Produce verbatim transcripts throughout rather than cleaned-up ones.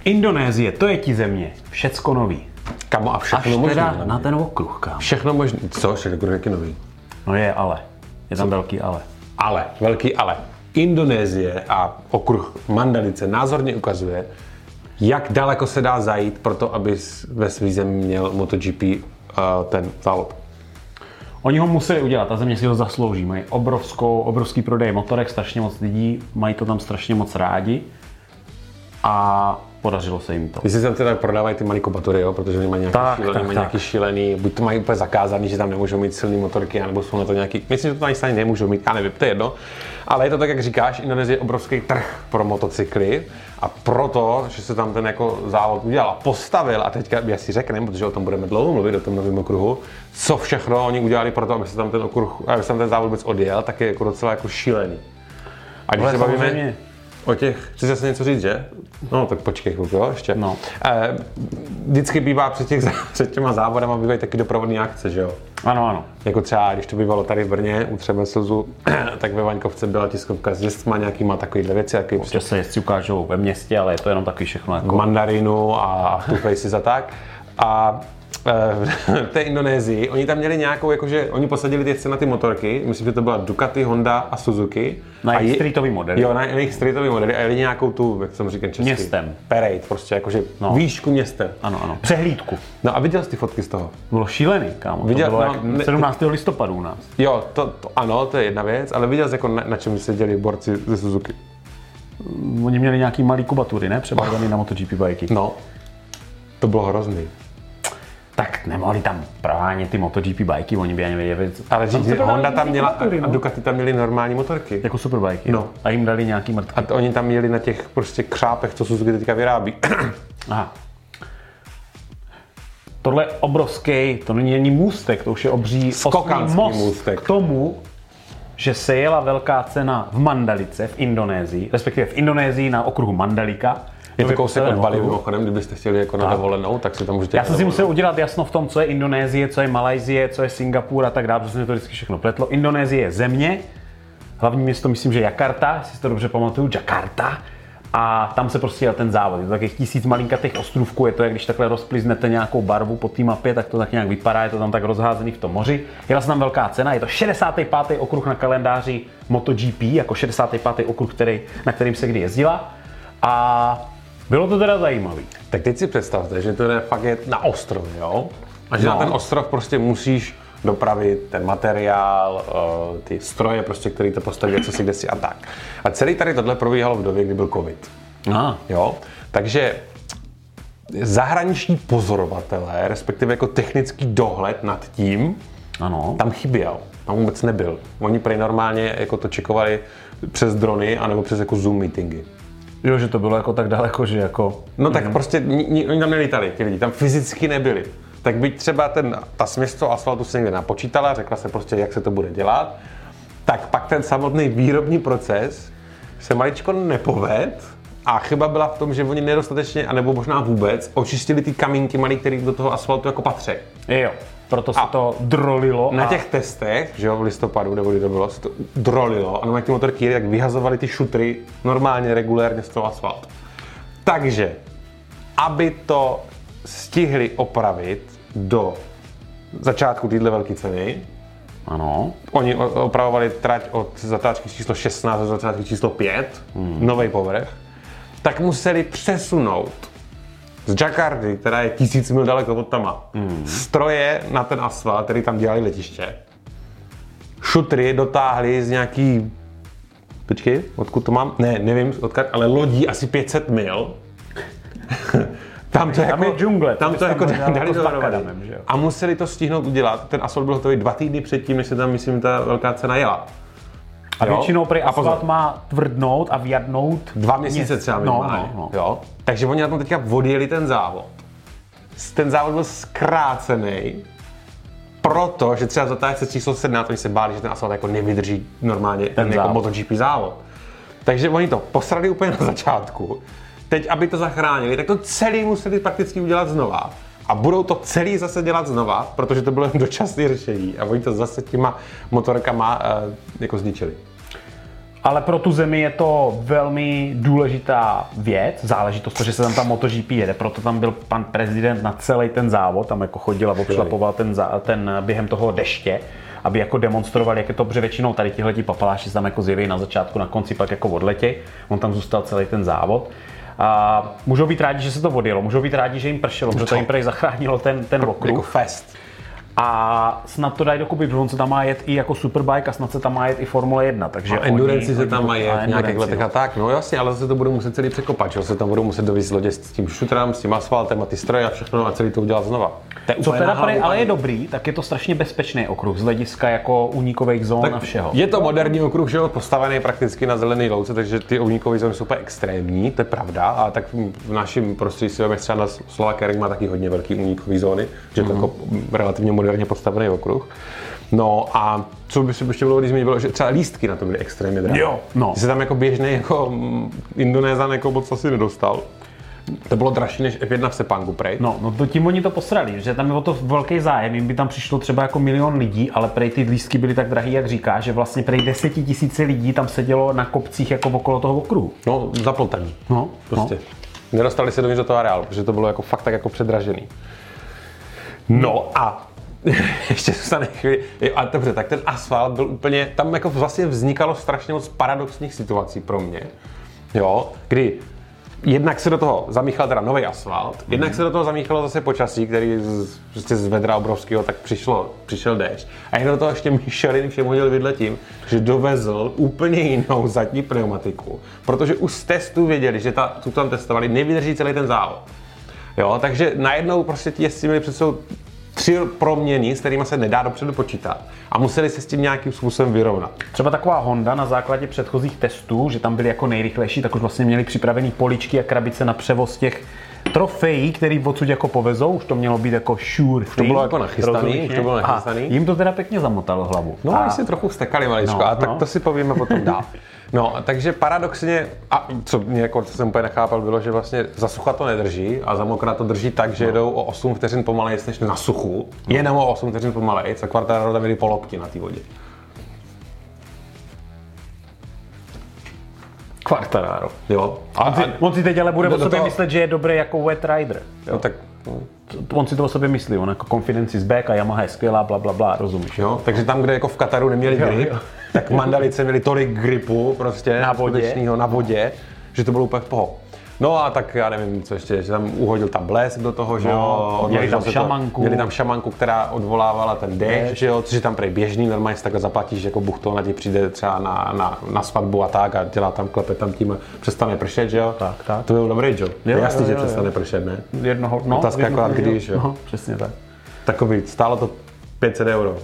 Indonésie, to je ti země. Všecko nový. Kamo, a všechno Až možný. teda na ten okruh, kámo. Všechno možný. Co? Všechno jaký nový? No je ale. Je tam velký ale. Ale, velký ale. Indonésie a okruh Mandalice názorně ukazuje, jak daleko se dá zajít pro to, aby ve svý zemi měl MotoGP uh, ten závod. Oni ho museli udělat, ta země si ho zaslouží. Mají obrovskou, obrovský prodej motorek, strašně moc lidí, mají to tam strašně moc rádi a podařilo se jim to. Když si tam teda prodávají ty malý kubatury, jo, protože oni mají nějaký, tak, šílený, tak, mají tak. nějaký šílený, buď to mají úplně zakázaný, že tam nemůžou mít silný motorky, anebo jsou na to nějaký, myslím, že to ani stejně nemůžou mít, já nevím, to je jedno. Ale je to tak, jak říkáš, Indonésie je obrovský trh pro motocykly a proto, že se tam ten jako závod udělal a postavil a teďka já si řekneme, protože o tom budeme dlouho mluvit, o tom novém okruhu, co všechno oni udělali pro to, aby se tam ten okruh, aby se tam ten závod vůbec odjel, tak je jako docela jako šílený. A když Ale se bavíme samozřejmě. o těch, chci zase něco říct, že? No, tak počkej chvilku, jo, ještě. No. Eh, vždycky bývá před, těch, před těma závodama bývají taky doprovodné akce, že jo? Ano, ano. Jako třeba, když to bývalo tady v Brně, u Třebeslzu, tak ve Vaňkovce byla tiskovka s jezdcma nějakýma takovýhle věci, jaký Občas se jezdci ukážou ve městě, ale je to jenom takový všechno jako... mandarinu a two faces a tak. A v té Indonésii, oni tam měli nějakou, jakože oni posadili ty jezdce na ty motorky, myslím, že to byla Ducati, Honda a Suzuki. Na a jejich streetový modely. Jo, na jejich streetový modely a jeli nějakou tu, jak jsem říkal česky. Městem. Parade, prostě jakože No. výšku městem. Ano, ano. Přehlídku. No a viděl jsi ty fotky z toho? Bylo šílený, kámo. Viděl- to bylo no, jak ne- sedmnáctého listopadu u nás. Jo, to, to ano, to je jedna věc, ale viděl jsi, jako na, na čem seděli borci ze Suzuki? Oni měli nějaký malý kubatury, ne? Přebarvený na MotoGP bajky. No, to bylo hrozný. Tak nemohli tam prohánět ty MotoGP bajky, oni by ani věděli. Ale Tam říct, se že Honda prodávají tam měla kubatury, a no. Ducati tam měli normální motorky. Jako superbajky. No. A jim dali nějaký mrtky. A to, oni tam jeli na těch prostě křápech, co Suzuki teďka vyrábí. Aha. Tohle je obrovský, to není ani můstek, to už je obří Skokanský most můstek. k tomu, že se jela velká cena v Mandalice v Indonésii, respektive v Indonésii na okruhu Mandalika. Je to kousek od postavený Bali okruh. mimochodem, kdybyste chtěli jako na dovolenou, tak si tam můžete... Já jsem si musel udělat jasno v tom, co je Indonésie, co je Malajsie, co je Singapur a tak dále, protože se mi to vždycky všechno pletlo. Indonésie je země, hlavní město myslím, že Jakarta, jestli si to dobře pamatuju, Jakarta. A tam se prostě jel ten závod. Je to takových tisíc malinkatých ostrůvků, je to, jak když takhle rozpliznete nějakou barvu po té mapě, tak to tak nějak vypadá, je to tam tak rozházený v tom moři. Jela se tam velká cena, je to šedesátý pátý okruh na kalendáři MotoGP, jako šedesátý pátý okruh, který, na kterým se kdy jezdila. A bylo to teda zajímavý. Tak teď si představte, že to je fakt je na ostrově, jo? A že No. na ten ostrov prostě musíš dopravit ten materiál, eh, ty stroje, prostě, který to postaví, co si kde si a tak. A celý tady tohle probíhalo v době, kdy byl covid. Aha. Jo? Takže zahraniční pozorovatelé, respektive jako technický dohled nad tím, Ano. tam chyběl. Tam vůbec nebyl. Oni prej normálně jako to čekovali přes drony anebo přes jako Zoom meetingy. Jo, že to bylo jako tak daleko, že jako... No tak prostě ni, ni, oni tam nelítali, ti lidi, tam fyzicky nebyli. Tak byť třeba ten, ta směs toho asfaltu se někde napočítala, řekla se prostě, jak se to bude dělat, tak pak ten samotný výrobní proces se maličko nepoved a chyba byla v tom, že oni nedostatečně, anebo možná vůbec, očistili ty kamínky malý, který do toho asfaltu jako patří. Jo, proto se A to drolilo. Na a... těch testech, že jo, v listopadu, nebo kdy to bylo, se to drolilo a normálně ty motorky jeli, tak vyhazovali ty šutry normálně, regulérně z toho asfaltu. Takže, aby to stihli opravit do začátku téhle velké ceny, Ano. oni o- opravovali trať od zatáčky číslo šestnáct do zatáčky číslo pět, hmm. nový povrch, tak museli přesunout z Jakarty, která je tisíc mil daleko od tama, hmm. stroje na ten asfalt, který tam dělali letiště. Šutry dotáhli z nějaký, počkej, odkud to mám? Ne, nevím odkud, ale lodí asi pět set mil. Tam to Tam jako, je džungle, tam to to bys jako tam dal dali jako s dohromady. makadamem, že jo? A museli to stihnout udělat. Ten asfalt byl hotový dva týdny předtím, než se tam, myslím, ta velká cena jela. A Jo? většinou prý A pozor. asfalt má tvrdnout a vyjadnout. Dva měsíce třeba no, minimálně. no, no. Jo? Takže oni na tom teďka odjeli ten závod. Ten závod byl zkrácený, protože třeba zatáčce číslo sedmnáct, oni se báli, že ten asfalt jako nevydrží normálně ten jako závod. MotoGP závod. Takže oni to posrali úplně na začátku. Teď, aby to zachránili, tak to celý museli prakticky udělat znova. A budou to celý zase dělat znova, protože to bylo jen dočasné řešení. A oni to zase těma motorkama uh, jako zničili. Ale pro tu zemi je to velmi důležitá věc, záležitost, to, že se tam ta MotoGP jede, proto tam byl pan prezident na celý ten závod, tam jako chodil a obšlapoval ten, ten během toho deště, aby jako demonstrovali, jak je to, protože většinou tady tihleti papaláši se tam jako zjeví na začátku, na konci pak jako odletěj, on tam zůstal celý ten závod. A můžou být rádi, že se to odjelo, můžou být rádi, že jim pršelo, protože to jim prej zachránilo ten, ten okruh. Jako fest. A snad to dají dokupy, protože on se tam má jet i jako Superbike a snad se tam má jet i Formule jedna, takže a endurance se tam má jet v nějakých letech a tak, no jasně, ale zase to budou muset celý překopat, že se tam budou muset dovízt lodě s tím šutrem, s tím asfaltem a ty stroje a všechno a celý to udělat znova. Co teda prej, ale je dobrý, tak je to strašně bezpečný okruh z hlediska jako únikových zón tak a všeho. Je to moderní okruh, že jo, postavený prakticky na zelené louce, takže ty únikové zóny jsou úplně extrémní, to je pravda, a tak v našem prostředí si veme třeba na Slovakia má taky hodně velký únikové zóny, že to mm-hmm. jako relativně moderně postavený okruh. No a co by se ještě bylo, když mi bylo, že třeba lístky na to byly extrémně drahé. Jo, no. Se tam jako běžný jako Indonézan jako moc asi nedostal. To bylo dražší než F jedna v Sepangu, prej. No, no to tím oni to posrali, že tam je o to velký zájem, jim by tam přišlo třeba jako milion lidí, ale prej ty lístky byly tak drahý, jak říká, že vlastně prej desetitisíce lidí tam sedělo na kopcích jako okolo toho okruhu. No, zaplotaní. No, prostě. No. Nedostali se dovnitř do toho areálu, protože to bylo jako fakt tak jako předražený. No a ještě zůstane chvíli. A dobře, tak ten asfalt byl úplně, tam jako vlastně vznikalo strašně moc paradoxních situací pro mě. Jo, kdy jednak se do toho zamíchal teda nový asfalt, mm. jednak se do toho zamíchalo zase počasí, který z, prostě z vedra obrovského, tak přišlo, přišel déšť. A jen do toho ještě Michelin všem hodil vidle tím, že dovezl úplně jinou zadní pneumatiku, protože už z testů věděli, že ta, tu tam testovali, nevydrží celý ten závod. Jo, takže najednou prostě ti jezdci měli před sebou tři proměny, s kterými se nedá dopředu počítat a museli se s tím nějakým způsobem vyrovnat. Třeba taková Honda na základě předchozích testů, že tam byli jako nejrychlejší, tak už vlastně měli připravený poličky a krabice na převoz těch trofejí, který odsud jako povezou, už to mělo být jako sure thing. To bylo jako nachystaný, už to bylo nachystaný. Jim to teda pěkně zamotalo hlavu. No, a... si trochu stekali maličko, no, a tak no. To si povíme potom dál. No, takže paradoxně, a co mě jako, co jsem úplně nechápal, bylo, že vlastně za sucha to nedrží a za mokra to drží tak, že jedou o osm vteřin pomalejc než na suchu, no. Jenom o osm vteřin pomalejc a Quartararo tam měli polopky na té vodě. Quartararo. Jo. A, on, si, on si teď ale bude o sobě toho... myslet, že je dobrý jako wet rider. Jo. No, tak... On si to o sobě myslí, on jako confidence is back a Yamaha je skvělá, bla, bla, bla, rozumíš? Jo, takže tam, kde jako v Kataru neměli grip, jo, jo. Tak Mandalice měli tolik gripu prostě na vodě, na vodě, že to bylo úplně v poho. No a tak já nevím, co ještě, že tam uhodil tam blesk do toho, že no, jo. Měli tam šamanku. To, měli tam šamanku, která odvolávala ten déšť, že jo, což je tam prej běžný, normálně si takhle zaplatíš, jako buchto, na ti přijde třeba na, na, na svatbu a tak a dělá tam, klepe tam tím a přestane pršet, že jo. Tak, tak. To byl dobrý job. Jo, jasný, jo, jo, že jo, přestane jo. pršet, ne? Jednoho, no. Otázka jako když, jo. No, přesně tak. Takový, stálo to pět set euro.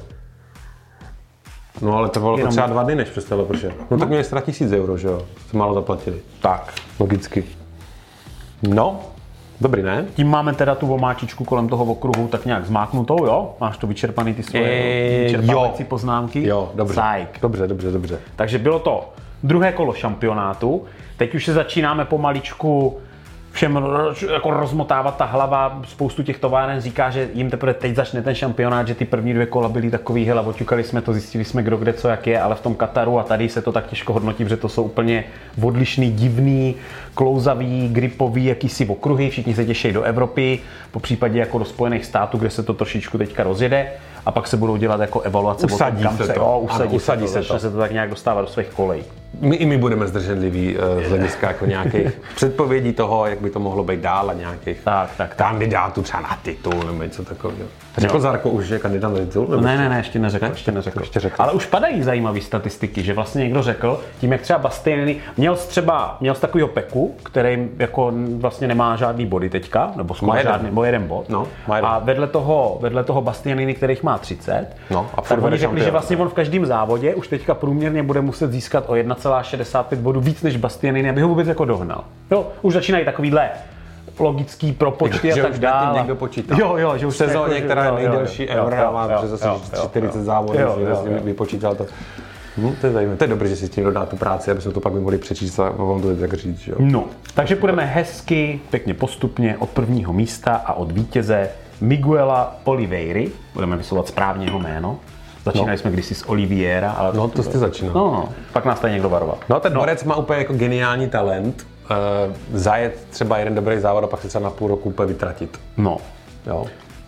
No ale to bylo Jenom... třeba dva dny, než přestalo pršet. No, no tak měli ztrat tisíc euro, že jo, se málo zaplatili. Tak. Logicky. No, dobrý, ne? Tím máme teda tu omáčičku kolem toho okruhu tak nějak zmáknutou, jo? Máš to vyčerpaný ty svoje e, vyčerpávající poznámky? Jo, dobře. Sajk. Dobře, dobře, dobře. Takže bylo to druhé kolo šampionátu. Teď už se začínáme pomaličku všem jako rozmotávat ta hlava. Spoustu těch továren říká, že jim teprve teď začne ten šampionát, že ty první dvě kola byly takový, hele, oťukali jsme to, zjistili jsme kdo kde co jak je, ale v tom Kataru a tady se to tak těžko hodnotí, protože to jsou úplně odlišný, divný, klouzavý, gripový, jakýsi okruhy, všichni se těší do Evropy, po případě jako do Spojených států, kde se to trošičku teďka rozjede a pak se budou dělat jako evaluace. Usadí tom, kam se to. Jo, usadí, ano, usadí se to, se to. se to tak nějak dostává do svých kolejí. My i my budeme zdrženliví uh, z hlediska jako nějakých předpovědí toho, jak by to mohlo být dál a nějakých tak, tak, tak. kandidátů třeba na titul nebo něco takového. Řekl Zarko už, že kandidát na titul? No, ne, ne, ne, ještě neřekl, ne? ještě neřekl. Ještě řekl. Ale už padají zajímavé statistiky, že vlastně někdo řekl, tím jak třeba Bastianini, měl jsi třeba, měl jsi takovýho Peku, který jako vlastně nemá žádný body teďka, nebo skoro žádný, nebo jeden bod. No, a vedle toho, vedle toho Bastianini, kterých má třicet, no, a tak oni řekli, že vlastně on v každém závodě už teďka průměrně bude muset získat o jedna celá šedesát pět bodů víc než Bastianini, aby ho vůbec jako dohnal. Jo, už začínají takovýhle logický propočty a tak dále. Někdo počítá. Jo, jo, že už v sezóně, jako, která je jo, nejdelší jo, euro, jo, má jo, přes zase čtyřicet závodů, vypočítal to. No, to je zajímavé. To je dobré, že si s tím dodá tu práci, aby jsme to pak mohli přečíst a vám to tak říct. Jo. No, takže půjdeme hezky, pěkně postupně od prvního místa a od vítěze Miguela Oliveiry. Budeme vyslovovat správně jeho jméno. Začínali no. jsme kdysi s Oliviera, ale... No, to jste začínal. No, no, pak nás tady někdo varoval. No, ten borec no. má úplně jako geniální talent. Uh, zajet třeba jeden dobrý závod a pak se třeba na půl roku úplně vytratit. No. Jo.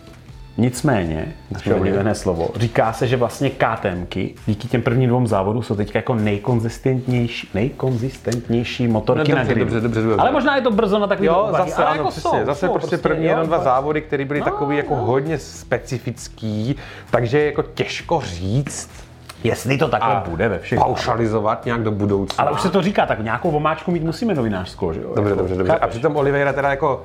Nicméně, naše oblíbené slovo, říká se, že vlastně KTMky díky těm prvním dvou závodům jsou teď jako nejkonzistentnější, nejkonzistentnější motorky no, na gridu. Dobře, dobře, dobře. Ale možná je to brzo na takový Jo, zase, ale ano, jako přesně. jsou, Zase jsou, prostě, prostě první jo, jeden, dva tak. závody, které byly no, takový jako no. hodně specifický, takže je jako těžko říct, jestli to takhle a bude ve všech. paušalizovat nějak do budoucna. Ale už se to říká, tak nějakou omáčku mít musíme novinářskou, že jo? Dobře, jako, dobře, dobře. A přitom Oliveira teda jako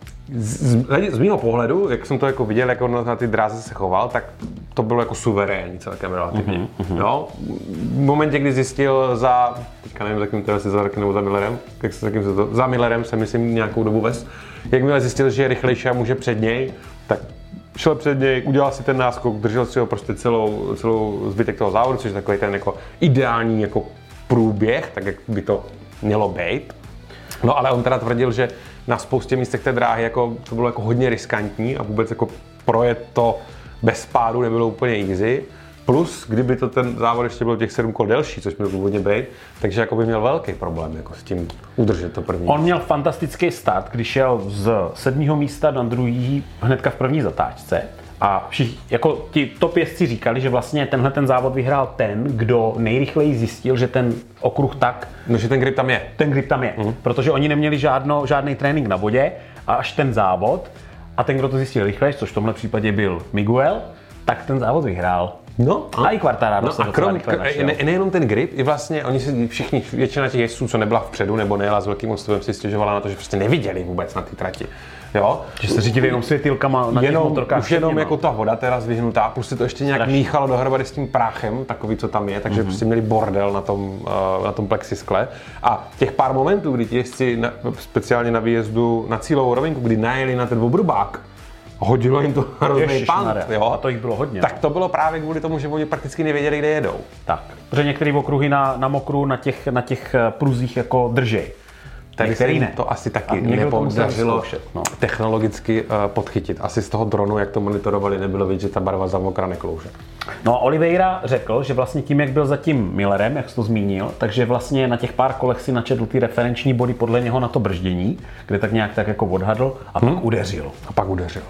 z, z, z mého pohledu, jak jsem to jako viděl, jak on na ty dráze se choval, tak to bylo jako suverénní celkem relativně. Mm-hmm. Jo? V momentě, kdy zjistil za, teďka nevím, za kým to asi za Rokem nebo za Millerem, jak se, za, kým se to, za Millerem jsem myslím nějakou dobu vez, jakmile zjistil, že je rychlejší a může před něj, tak šel před něj, udělal si ten náskok, držel si ho prostě celou, celou zbytek toho závodu, což je takový ten jako ideální jako průběh, tak jak by to mělo být. No ale on teda tvrdil, že na spoustě místech té dráhy jako, to bylo jako hodně riskantní a vůbec jako projet to bez pádu nebylo úplně easy. Plus, kdyby to ten závod ještě byl těch sedm kol delší, což měl původně být, takže jako by měl velký problém jako s tím udržet to první. On měl fantastický start, když šel z sedmého místa na druhý hnedka v první zatáčce. A všichni, jako ti top jezdci říkali, že vlastně tenhle ten závod vyhrál ten, kdo nejrychleji zjistil, že ten okruh tak... No, že ten grip tam je. Ten grip tam je, mm. protože oni neměli žádno, žádný trénink na vodě a až ten závod a ten, kdo to zjistil rychleji, což v tomhle případě byl Miguel, tak ten závod vyhrál. No a, a i Quartararo no se a krom, kr- ne, nejenom ten grip, i vlastně oni si všichni, většina těch jezdců, co nebyla vpředu nebo nejela s velkým odstupem, si stěžovala na to, že prostě neviděli vůbec na ty trati. Jo? Že se řídili jenom světýlkama na těch jenom, motorkách. Už jenom jako ta voda teda zvyhnutá, plus se to ještě nějak Strašný. míchalo dohromady s tím práchem, takový, co tam je, takže mm-hmm. prostě měli bordel na tom, uh, na tom plexiskle. A těch pár momentů, kdy ti jezdci, na, speciálně na výjezdu na cílovou rovinku, kdy najeli na ten obrubák, hodilo jim to hrozný pant, jo? A to jich bylo hodně. Tak to bylo právě kvůli tomu, že oni prakticky nevěděli, kde jedou. Tak, protože některé okruhy na, na mokru, na těch, na těch průzích jako držej. Tady se jim to asi taky nepodařilo no. technologicky uh, podchytit. Asi z toho dronu, jak to monitorovali, nebylo vidět, že ta barva za mokra neklouže. No a Oliveira řekl, že vlastně tím, jak byl za tím Millerem, jak jsi to zmínil, takže vlastně na těch pár kolech si načetl ty referenční body podle něho na to brždění, kde tak nějak tak jako odhadl a hmm. pak udeřil. A pak udeřil.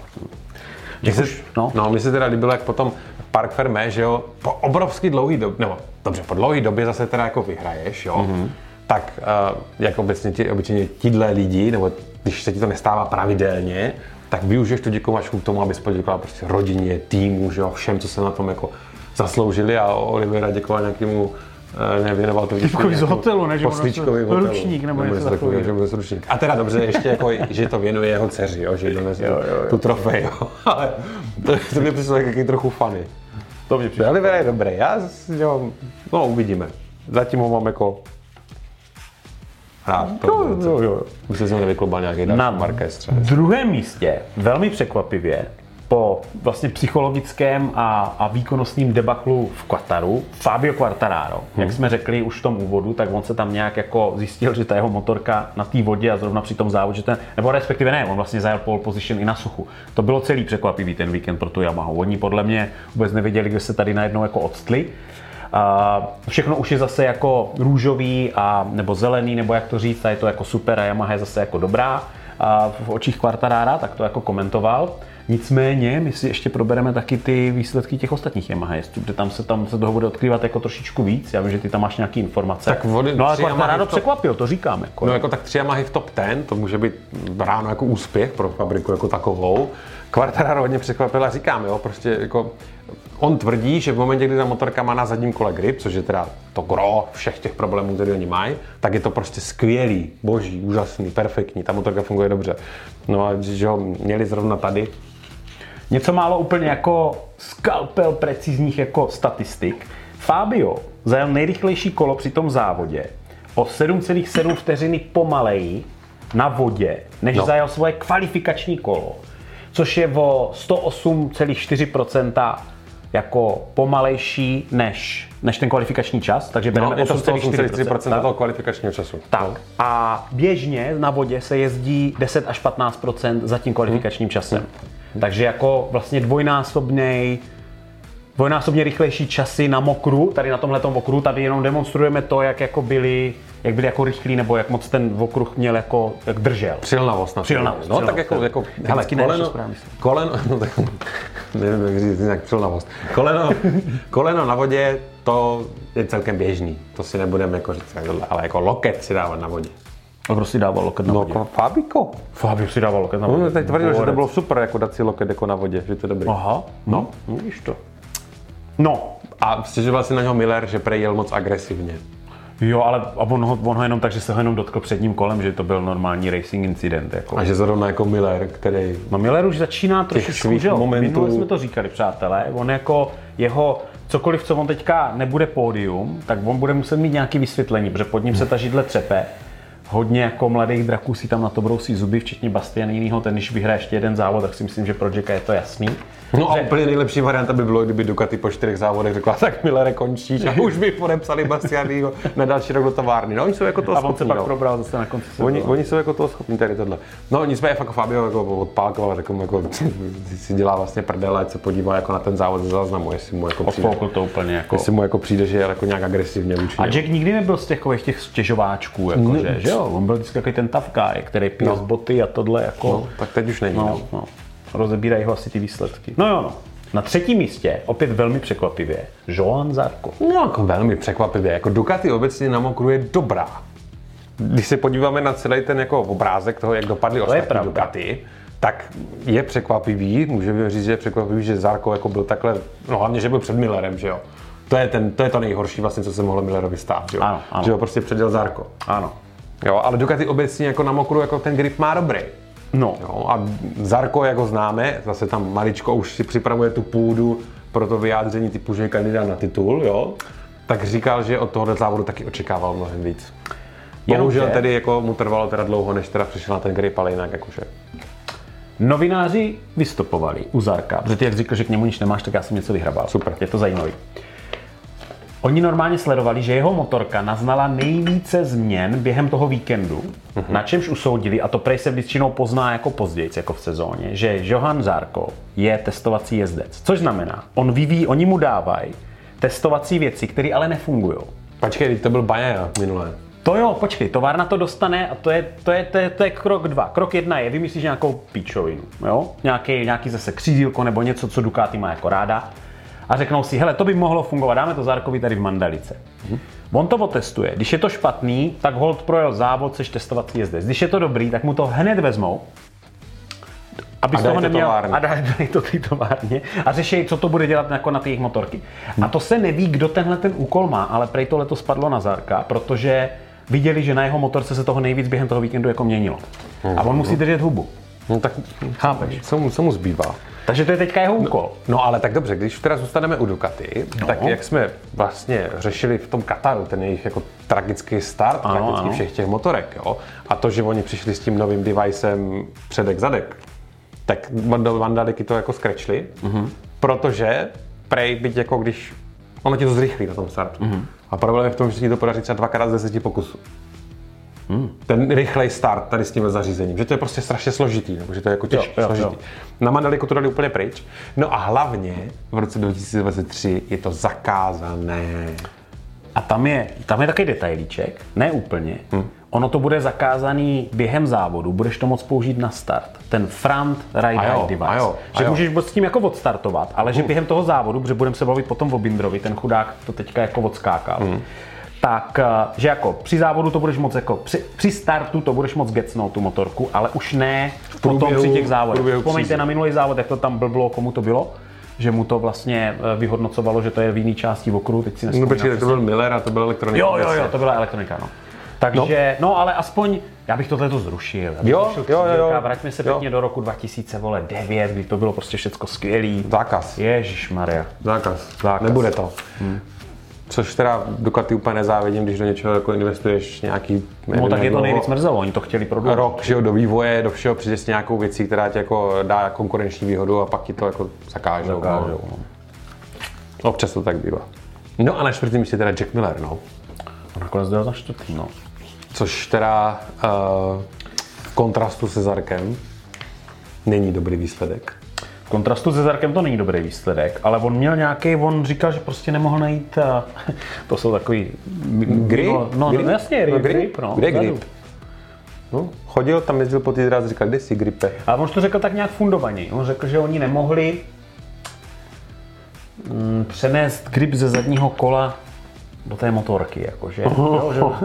Že se, no. no, mi se teda líbilo, jak potom Parc Fermé, že jo, po obrovský dlouhý době, nebo dobře, po dlouhý době zase teda jako vyhraješ, jo. Mm-hmm. Tak uh, jak obecně ti, obyčejně tíhle lidi, nebo když se ti to nestává pravidelně, tak využiješ tu děkovačku k tomu, abys poděkoval prostě rodině, týmu, že jo, všem, co se na tom jako zasloužili a Oliveira děkoval nějakému, uh, nevěnoval to vždycky z hotelu, než poslíčkovi hotelu. Ručník nebo něco takového. A teda dobře, ještě jako, že to věnuje jeho dceři, jo, že donese tu trofej, jo. Ale to, to mě přišlo jaký trochu funny. To mě přišlo. Oliveira je dobrý, já jo, no uvidíme. Zatím ho mám jako rád. Jo, jo, jo. Už se z něho nevyklubal nějaký další Marquez třeba. Na druhém místě, velmi překvapivě, po vlastně psychologickém a, a výkonnostním debaklu v Qataru, Fabio Quartararo, hmm. jak jsme řekli už v tom úvodu, tak on se tam nějak jako zjistil, že ta jeho motorka na té vodě a zrovna při tom závodě, že ten, nebo respektive ne, on vlastně zajel pole position i na suchu. To bylo celý překvapivý ten víkend pro tu Yamahu. Oni podle mě vůbec nevěděli, kde se tady najednou jako odstli. Uh, všechno už je zase jako růžový a nebo zelený, nebo jak to říct, a je to jako super a Yamaha je zase jako dobrá uh, v očích Quartarara, tak to jako komentoval. Nicméně my si ještě probereme taky ty výsledky těch ostatních Yamaha jezdců, protože tam se tam se toho bude odkrývat jako trošičku víc. Já vím, že ty tam máš nějaký informace. Tak vody, no ale Quartararo překvapil, to říkám. Jako. No jako tak tři Yamahy v top deset, to může být bráno jako úspěch pro fabriku jako takovou. Quartararo hodně překvapil a říkám, jo, prostě jako on tvrdí, že v momentě, kdy ta motorka má na zadním kole grip, což je teda to gro všech těch problémů, které oni mají, tak je to prostě skvělý, boží, úžasný, perfektní, ta motorka funguje dobře. No a že ho měli zrovna tady. Něco málo úplně jako skalpel precizních jako statistik. Fabio zajel nejrychlejší kolo při tom závodě o sedm celá sedm vteřiny pomaleji na vodě, než no. zajel svoje kvalifikační kolo, což je o sto osm celá čtyři procenta jako pomalejší než, než ten kvalifikační čas, takže bereme no, osm celá čtyři procenta toho kvalifikačního času. Tak. No. A běžně na vodě se jezdí deset až patnáct procent za tím kvalifikačním časem. Hmm. Takže jako vlastně dvojnásobnej dvojnásobně rychlejší časy na mokru, tady na tomhletom okruhu, tady jenom demonstrujeme to, jak jako byli, jak byli jako rychlí, nebo jak moc ten okruh měl jako, jak držel. Přilnavost. Na Přilnavost. No tak jako, jako hele, koleno, koleno, no tak nevím, jak říct, nějak přilnavost. Koleno, koleno na vodě, to je celkem běžný, to si nebudeme jako říct, ale jako loket si dávat na vodě. A kdo si dával loket na vodě? No, Fabiko. Fabio si dával loket na vodě. No, teď tvrdil, že to bylo super, jako dát si loket jako na vodě, že to je dobrý. Aha, no, no, víš to. No. A stěžoval si na něho Miller, že prej jel moc agresivně. Jo, ale on ho, on ho jenom tak, že se ho jenom dotkl předním kolem, že to byl normální racing incident. Jako. A že zrovna jako Miller, který... No Miller už začíná trošičku, že jo? Momentů... Minule jsme to říkali, přátelé. On jako jeho, cokoliv, co on teďka nebude pódium, tak on bude muset mít nějaké vysvětlení, protože pod ním se ta židle třepe. Hodně jako mladých draků si tam na to brousí zuby, včetně Bastianiniho, ten když vyhraje ještě jeden závod, tak si myslím, že pro Jacka je to jasný. No a že... úplně nejlepší varianta by bylo, kdyby Ducati po čtyřech závodech řekla, tak Millere končíš a už by podepsali Bastianiniho na další rok do továrny. No oni jsou jako toho schopní. A on se pak no. probral zase na konci sezóny. Oni, oni jsou jako toho schopní tady tohle. No nicméně jako Fabio jako odpálkoval, řekl mu jako, si dělá vlastně prdele, ať se podívá jako na ten závod ze záznamu, jestli mu jako přijde. To úplně jako... Jestli mu jako přijde, že je jako nějak agresivně vůči. A Jack nikdy nebyl z těch, těch stěžováčků, jako, že, že jo? On byl vždycky takový ten tough guy, který pije no. z boty a tohle jako... No, tak teď už není. No, no. No. Rozebírají ho asi ty výsledky. No jo, no. Na třetím místě, opět velmi překvapivě, Johan Zarco. No jako velmi překvapivě, jako Ducati obecně na mokru je dobrá. Když se podíváme na celý ten jako obrázek toho, jak dopadly ostatní Ducati, tak je překvapivý, můžeme říct, že je překvapivý, že Zarco jako byl takhle, no hlavně, že byl před Millerem, že jo. To je, ten, to je to nejhorší vlastně, co se mohlo Millerovi stát, že jo. Ano, ano. Že ho prostě předjel Zarco. Ano. Jo, ale Ducati obecně jako na mokru jako ten grip má dobrý. No. Jo, a Zarco, jak ho známe, zase tam maličko už si připravuje tu půdu pro to vyjádření typu, že je kandidát na titul, jo, tak říkal, že od tohoto závodu taky očekával mnohem víc. Bohužel tedy jako mu trvalo teda dlouho, než teda přišel na ten grip, ale jinak jakože. Novináři vystopovali u Zarka, protože ty jak říkal, že k němu nic nemáš, tak já jsem něco vyhrabal. Super. Je to zajímavý. Oni normálně sledovali, že jeho motorka naznala nejvíce změn během toho víkendu, uh-huh. na čemž usoudili, a to prej se většinou pozná jako později, jako v sezóně, že Johan Zarco je testovací jezdec. Což znamená, on vyvíjí, oni mu dávají testovací věci, které ale nefungují. Počkej, to byl Bayer minulé. To jo, počkej, továrna to dostane a to je, to je, to je, to je krok dva. Krok jedna je, vymyslíš nějakou píčovinu, jo? Nějaký, nějaký zase křídílko nebo něco, co Ducati má jako ráda. A řeknou si, hele, to by mohlo fungovat, dáme to Zarkovi tady v Mandalice. Hmm. On to otestuje. Když je to špatný, tak hold projel závod, seš testovací jezdec. Když je to dobrý, tak mu to hned vezmou, aby z toho neměl a dají to té továrně a řeší, co to bude dělat jako na ty jejich motorky. Hmm. A to se neví, kdo tenhle ten úkol má, ale prej to letos spadlo na Zarka, protože viděli, že na jeho motorce se toho nejvíc během toho víkendu jako měnilo. Hmm. A on musí držet hubu. No tak chápeš, co mu, co mu zbývá? Takže to je teďka jeho úkol. No, no ale tak dobře, když teda zůstaneme u Ducati, no. tak jak jsme vlastně řešili v tom Kataru, ten jejich jako tragický start ano, prakticky ano. všech těch motorek, jo, a to, že oni přišli s tím novým devicem předek zadek, tak Vandaliky to jako skrečli, mm-hmm. protože prej byť jako když, ono ti to zrychlí na tom startu. Mm-hmm. A problém je v tom, že ti to podaří třeba dvakrát z deseti pokusů. Hmm. Ten rychlej start tady s tím zařízením, že to je prostě strašně složitý, nebo že to je jako těžké složitý. Jo. Na Mandaliku to dali úplně pryč. No a hlavně v roce dva tisíce dvacet tři je to zakázané. A tam je, tam je taky detailíček, ne úplně. Hmm. Ono to bude zakázaný během závodu, budeš to moct použít na start. Ten front ride height device. Jo, že můžeš s tím jako odstartovat, ale že během toho závodu, protože budeme se bavit potom o Bindrovi, ten chudák to teďka jako odskákal. Hmm. Tak, že jako při závodu to budeš moc jako, při, při startu to budeš moc gecnout tu motorku, ale už ne průběhu, potom při těch závodech. Vzpomeňte na minulý závod, jak to tam blblo, komu to bylo, že mu to vlastně vyhodnocovalo, že to je v jiné části okruhu, teď si nespomínám. No počkej, to byl Miller a to byla elektronika. Jo, jo, jo, to byla elektronika, no. Takže, no, no ale aspoň, já bych tohle to zrušil. Jo, zrušil jo, jo, jo. Vraťme se pěkně do roku dva tisíce devět, kdy to bylo prostě všecko skvělý. Zákaz. Ježišmarja. Zákaz. Zákaz. Nebude to. Hmm. Což teda Ducati úplně nezávidím, když do něčeho jako investuješ nějaký... No tak je to nejvíc mrzelo, oni to chtěli prodloužit. Rok, že jo, do vývoje, do všeho přijde s nějakou věcí, která ti jako dá konkurenční výhodu a pak ti to jako zakážou. zakážou no. Občas to tak bývá. No a na čtvrtém místě teda Jack Miller, no. Nakonec dal za čtvrtý, no. Což teda uh, v kontrastu se Zarkem není dobrý výsledek. kontrastu se Zarkem to není dobrý výsledek, ale on měl nějaký, on říkal, že prostě nemohl najít, a to jsou takový... Grip? No, no, grip? no jasně, no, grip, grip, no. Kde je grip? No, chodil tam, jezdil po té dráze, říkal, kde jsi, gripe? Ale on to řekl tak nějak fundovaně. On řekl, že oni nemohli mm, přenést grip ze zadního kola do té motorky, jakože. Jo, že...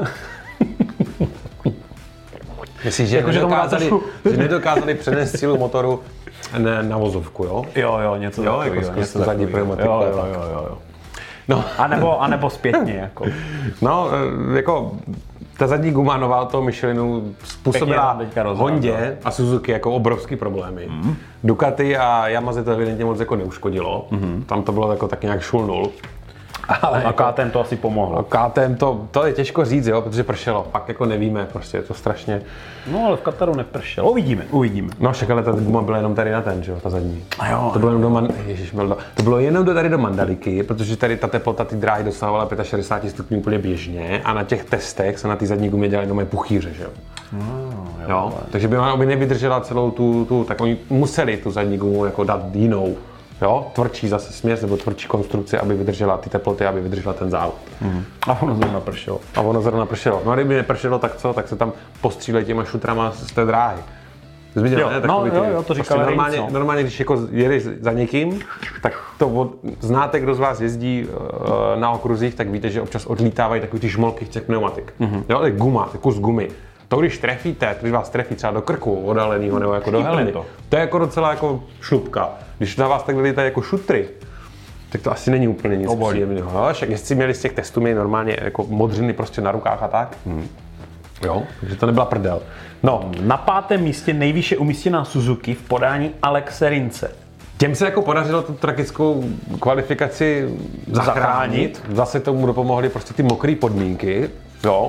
Myslíš, že, jako, nedokázali, že, že nedokázali přenést sílu motoru na, na vozovku, jo? Jo, jo, něco jo, takového. Jako něco zadní pneumatiku. Jo, jo, jo, jo, jo. No. A nebo, a nebo zpětně, jako. No, jako ta zadní guma nová toho Michelinu způsobila Hondě a Suzuki jako obrovský problémy. Mm. Ducati a Yamaze to evidentně moc jako neuškodilo. Mm. Tam to bylo jako tak nějak šulnul. Ale a K T M to asi pomohlo. K T M to, to je těžko říct, jo, protože pršelo. Pak jako nevíme, prostě je to strašně... No ale v Kataru nepršelo. Uvidíme, uvidíme. No však ale ta guma byla jenom tady na ten, že jo, ta zadní. A jo. To bylo jenom do, Man... Ježiš, do... to bylo jenom do tady do Mandaliky, protože tady ta teplota ty dráhy dosahovala šedesát pět stupňů úplně běžně a na těch testech se na ty zadní gumě dělali jenom puchýře, že jo. No, jo, jo, takže by ona by nevydržela celou tu, tu, tak oni museli tu zadní gumu jako dát jinou. Jo, tvrdší zase směs nebo tvrdší konstrukci, aby vydržela ty teploty, aby vydržela ten závod. Mm. A ono zrovna pršelo. A ono zrovna pršelo. No a kdyby nepršelo, tak co? Tak se tam postřílej těma šutrama z té dráhy. Viděl, jo, ne? no, jo, jo, to říkal prostě normálně, no. normálně, když jako jedeš za někým, tak to od, znáte, kdo z vás jezdí uh, na okruzích, tak víte, že občas odlítávají takový ty žmolky z těch pneumatik. Mm-hmm. Jo, to je guma, to je kus gumy. To, když trefíte, když vás trefí třeba do krku odalenýho nebo jako do helmy, to. to je jako docela jako šlupka. Když na vás tak vylítají jako šutry, tak to asi není úplně nic příjemného. No, však jestli měli z těch testů měli normálně jako modřiny prostě na rukách a tak. Hmm. Jo, takže to nebyla prdel. No, na pátém místě nejvýše umístěná Suzuki v podání Alexe Rince. Těm se jako podařilo tu tragickou kvalifikaci zachránit. zachránit. Zase tomu dopomohly prostě ty mokré podmínky. Jo.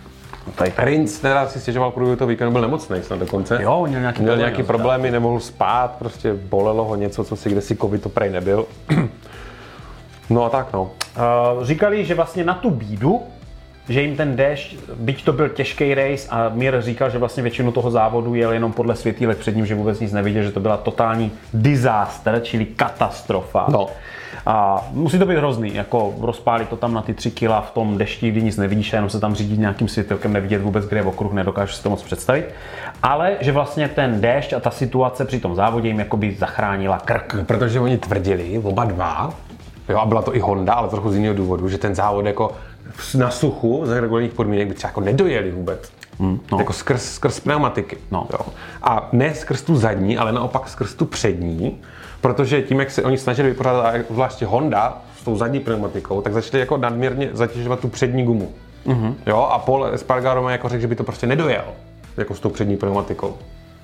Rins teda si stěžoval průběhu toho víkendu, byl nemocný snad dokonce. Jo, měl nějaký, měl nějaký problémy, nemohl spát, prostě bolelo ho něco, co si kdesi covid to prej nebyl. No a tak no. Uh, říkali, že vlastně na tu bídu, že jim ten déšť, byť to byl těžký race a Mir říkal, že vlastně většinu toho závodu jel jenom podle světýlek před ním, že vůbec nic neviděl, že to byla totální disaster, čili katastrofa. No. A musí to být hrozný, jako rozpálit to tam na ty tři kila v tom dešti, kdy nic nevidíš a jenom se tam řídit nějakým světelkem, nevidět vůbec, kde je okruh, nedokážu si to moc představit. Ale že vlastně ten déšť a ta situace při tom závodě jim jakoby zachránila krk. Protože oni tvrdili, oba dva, jo, a byla to i Honda, ale trochu z jiného důvodu, že ten závod jako na suchu za regulárních podmínek by třeba jako nedojeli vůbec. Hmm, no. Jako skrz, skrz pneumatiky. No. Jo. A ne skrz tu zadní, ale naopak skrz tu přední, protože tím, jak se oni snažili vypořádat, zvláště Honda s tou zadní pneumatikou, tak začali jako nadměrně zatěžovat tu přední gumu. Mm-hmm. Jo, a Paul Espargaro jako řekl, že by to prostě nedojel jako s tou přední pneumatikou.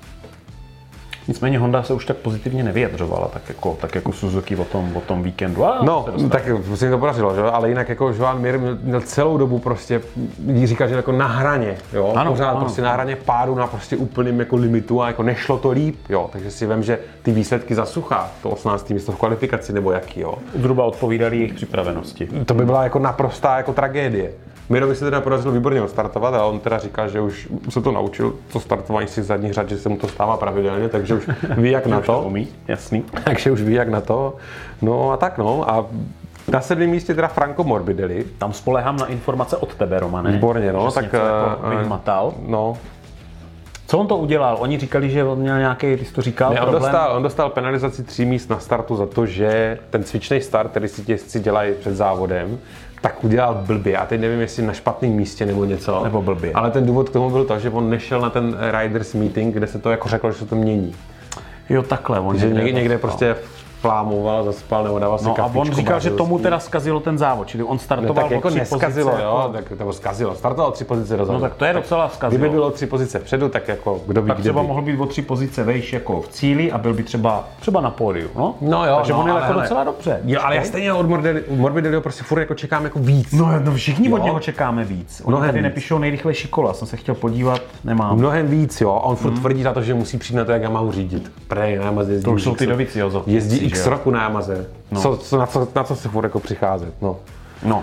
Nicméně Honda se už tak pozitivně nevyjadřovala, tak jako, tak jako Suzuki o tom, o tom víkendu. A no, tak se mi to podařilo, že? Ale jinak jako Joan Mir měl celou dobu prostě, říká, že jako na hraně, jo? Ano, pořád ano. prostě na hraně pádu na prostě úplným jako limitu a jako nešlo to líp, jo? Takže si vem, že ty výsledky za sucha, to osmnácté místo v kvalifikaci nebo jaký, jo? Zhruba odpovídali jejich připravenosti. To by byla jako naprostá jako tragédie. Mirovi se teda podařilo výborně odstartovat a on teda říkal, že už se to naučil, to startování si zadních řad, že se mu to stává pravidelně, takže už ví jak na to. Umí, jasný. Takže už ví jak na to. No a tak no. A na sedmém místě teda Franco Morbidelli. Tam spolehám na informace od tebe, Romane. Výborně, no. Tak jako vyhmatal. No. Co on to udělal? Oni říkali, že on měl nějaký, ty jsi to říkal, ne, on problém? dostal, on dostal penalizaci tří míst na startu za to, že ten cvičný start, který si jezdci dělají před závodem, tak udělal blbě. Já teď nevím, jestli na špatném místě nebo něco. Nebo blbě. Ale ten důvod k tomu byl to, že on nešel na ten riders meeting, kde se to jako řeklo, že se to mění. Jo, takhle. On že někde, někde, někde prostě flámoval, zaspal nebo dával si no kafičko. A on říkal, že tomu teda zkazilo ten závod, čili on startoval no, tak jako o tři neskazilo, pozice. Jo, tak to zkazilo. Startoval o tři pozice dozadu. No tak to je docela zkazilo. Kdyby bylo tři pozice předu, tak jako kdo ví, tak třeba kdyby. mohl být o tři pozice vejš jako v cíli a byl by třeba, třeba na pódiu, no? No jo, takže no, on je ale, jako ale, docela dobře. Jo, ale já stejně od Morbidelliho prostě furt jako čekám jako víc. No, no všichni jo. od něho čekáme víc. Oni Mnohem tady víc. Nepíšou nejrychlejší kola, jsem se chtěl podívat, nemám. Mnohem víc, jo. A on furt hmm. tvrdí na to, že musí přijít na to, jak já mám řídit. Prej, na Yamaze jezdí. To už jsou ty dovíci, jo. Jezdí x roku na Yamaze. No. Co, co, na, co, na co se furt jako přicházet, no. No.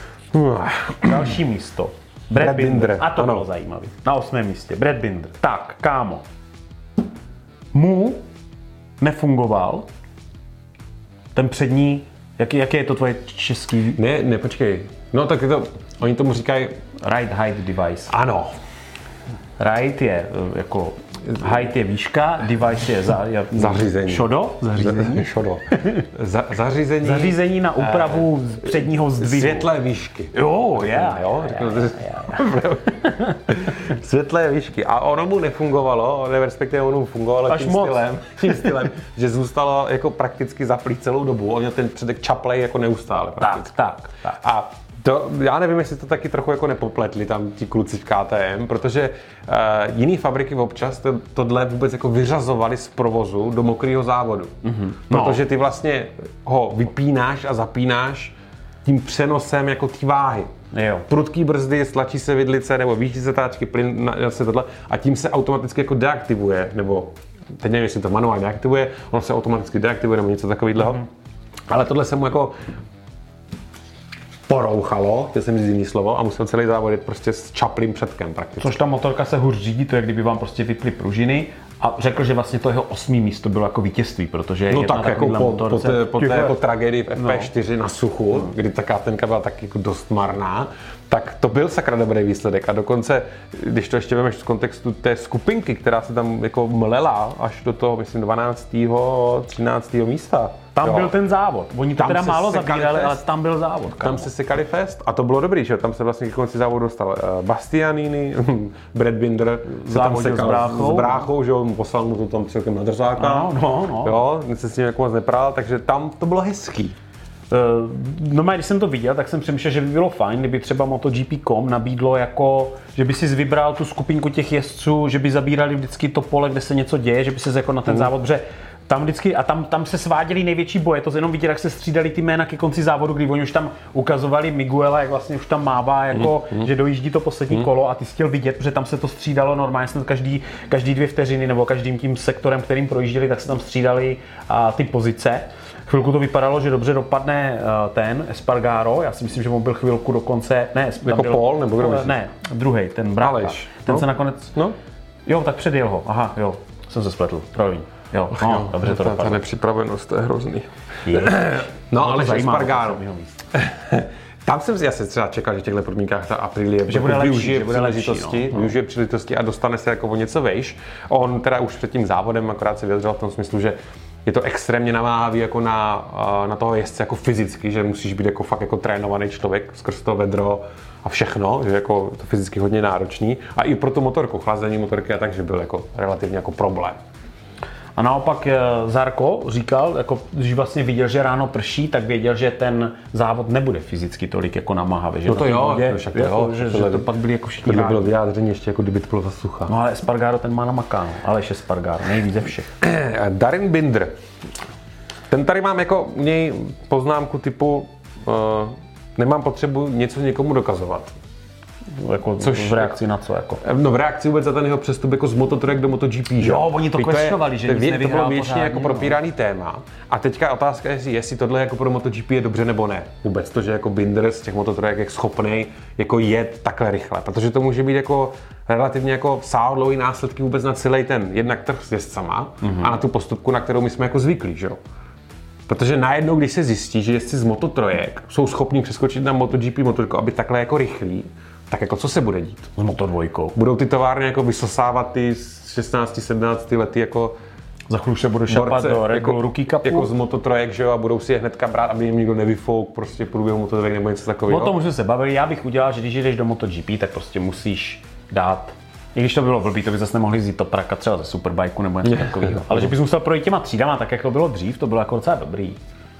Další místo. Brad, Brad Binder. Binder. A to ano. bylo zajímavé. Na osmém místě. Brad Binder. Tak, kámo. Mu nefungoval. Ten přední, jak, jaké je to tvoje český? Ne, ne, počkej. No tak je to, oni tomu říkají... Ride height device. Ano. Ride je jako... Height je výška, device je, za, je zařízení. Šodo? Zařízení. Šodo. Za, zařízení. Zařízení na úpravu uh, předního zdvihu. Světlé výšky. Jo, je. Yeah, jo, yeah, yeah, yeah. Světlé výšky. A ono mu nefungovalo, respektive ono mu fungovalo Až tím moc. stylem, tím stylem, že zůstalo jako prakticky zaplý celou dobu. On měl ten předek čaplej jako neustále. Tak, tak, tak. A to, já nevím, jestli to taky trochu jako nepopletli tam ti kluci v K T M, protože uh, jiný fabriky občas to, tohle vůbec jako vyřazovali z provozu do mokrého závodu. Mm-hmm. Protože ty vlastně ho vypínáš a zapínáš tím přenosem jako té váhy. Jo. Prudký brzdy, stlačí se vidlice nebo výšší zatáčky, plyn, se tohle a tím se automaticky jako deaktivuje, nebo teď nevím, jestli to manuálně deaktivuje, on se automaticky deaktivuje nebo něco takového. Mm-hmm. Ale tohle se mu jako porouchalo, chtěl jsem říct jiný slovo, a musel celý závod jít prostě s čaplým předkem prakticky. Což ta motorka se hůř řídí, to je kdyby vám prostě vyply pružiny a řekl, že vlastně to jeho osmý místo bylo jako vítězství, protože no jedna tak jako po, motorce, po té, po té jako tragédii v F P čtyři no. na suchu, no. kdy ta kátenka byla tak jako dost marná, tak to byl sakra dobrý výsledek a dokonce, když to ještě vemeš z kontextu té skupinky, která se tam jako mlela až do toho, myslím, dvanáctého třináctého místa. Tam jo. byl ten závod. Oni to tam teda málo zabírali, fest. ale tam byl závod. Kámo. Tam se sekali fest a to bylo dobrý, že tam se vlastně k konci závodu dostal uh, Bastianini, Brad Binder se tam sekal s bráchou, s bráchou, že on poslal mu to tam celkem na držáka. No, no, no. Jo, nic se s ním jako moc nepral, takže tam to bylo hezký. Uh, no, když jsem to viděl, tak jsem přemýšlel, že by bylo fajn, kdyby třeba MotoGP tečka com nabídlo jako, že by si vybral tu skupinku těch jezdců, že by zabírali vždycky to pole, kde se něco děje, že by se jako na ten mm. závod, protože tam vždycky, a tam, tam se sváděly největší boje, to jenom vidět, jak se střídali ty jména ke konci závodu, kdy oni už tam ukazovali Miguela, jak vlastně už tam mává, jako, mm. že dojíždí to poslední mm. kolo a ty jsi chtěl vidět, protože tam se to střídalo normálně, snad každý, každý dvě vteřiny nebo každým tím sektorem, kterým projížděli, tak se tam střídali a, ty pozice. Chvilku to vypadalo, že dobře dopadne uh, ten Espargaro, já si myslím, že on byl chvilku dokonce, ne, jako byl, Paul, nebo kdo myslíš? Ne, druhej, ten brácha. Ten no. se nakonec, no. jo, tak předjel ho, aha, jo, jsem se spletl, promiň. Jo, no, jo, dobře to ta, dopadlo. Ta nepřipravenost, to je hrozný. Je. No, ale Espargaro. Tam jsem si asi třeba čekal, že v těchto podmínkách ta Aprilia že bude lepší, využije že bude příležitosti, lepší, no. využije příležitosti a dostane se jako o něco vejš. On teda už před tím závodem akorát se vyjadřoval v tom smyslu, že je to extrémně namáhavý jako na, na toho jezdce jako fyzicky, že musíš být jako fakt jako trénovaný člověk skrz to vedro a všechno, že jako to fyzicky hodně náročný. A i pro tu motorku, chlazení motorky a tak, že byl jako relativně jako problém. A naopak Zarco říkal, jako, když vlastně viděl, že ráno prší, tak věděl, že ten závod nebude fyzicky tolik jako namáhavý. Že no to jo, vodě, však to jako, jo. Že, že to pak byli jako všichni rádi. To bylo vyjádření ještě, jako kdyby to bylo za sucha. No ale Espargaro ten má namakáno, Aleš Espargaro, nejvíc ze všech. Darin Binder. Ten tady mám jako u něj poznámku typu uh, nemám potřebu něco někomu dokazovat. Jako což v reakci na co? Jako? No v reakci vůbec za ten jeho přestup jako z Mototrek do MotoGP, že? Jo, oni to questionovali, že nic nevyhrál to bylo většině pořádně, jako propíraný no. téma. A teďka otázka je, jestli tohle jako pro MotoGP je dobře nebo ne. Vůbec to, že jako Binder z těch Mototrek je schopnej jako jet takhle rychle. Protože to může být jako relativně jako sáhodlouhý následky vůbec na celý ten jednak trh s jezdcama mm-hmm. a na tu postupku, na kterou my jsme jako zvyklí, že jo? Protože najednou, když se zjistí, že jezdci z Mototrojek jsou schopní přeskočit na MotoGP motorku, aby takhle jako rychlí, tak jako co se bude dít? S Moto dvojkou. Budou ty továrny jako vysosávat ty z šestnáct sedmnáct lety jako za chvíli se bude šapat do Red Bull Rookie Cupu. Jako z Moto tři, že jo, a budou si je hnedka brát, aby jim nikdo nevyfouk prostě v průběhu Moto tři nebo něco takového. O tom už jsme se bavili, já bych udělal, že když jdeš do MotoGP, tak prostě musíš dát, i když to bylo blbý, to by zase nemohli vzít Topraka třeba ze Superbikeu nebo něco takového. Ale že bys musel projít těma třídama, tak jak to bylo dřív, to bylo jako docela dobrý.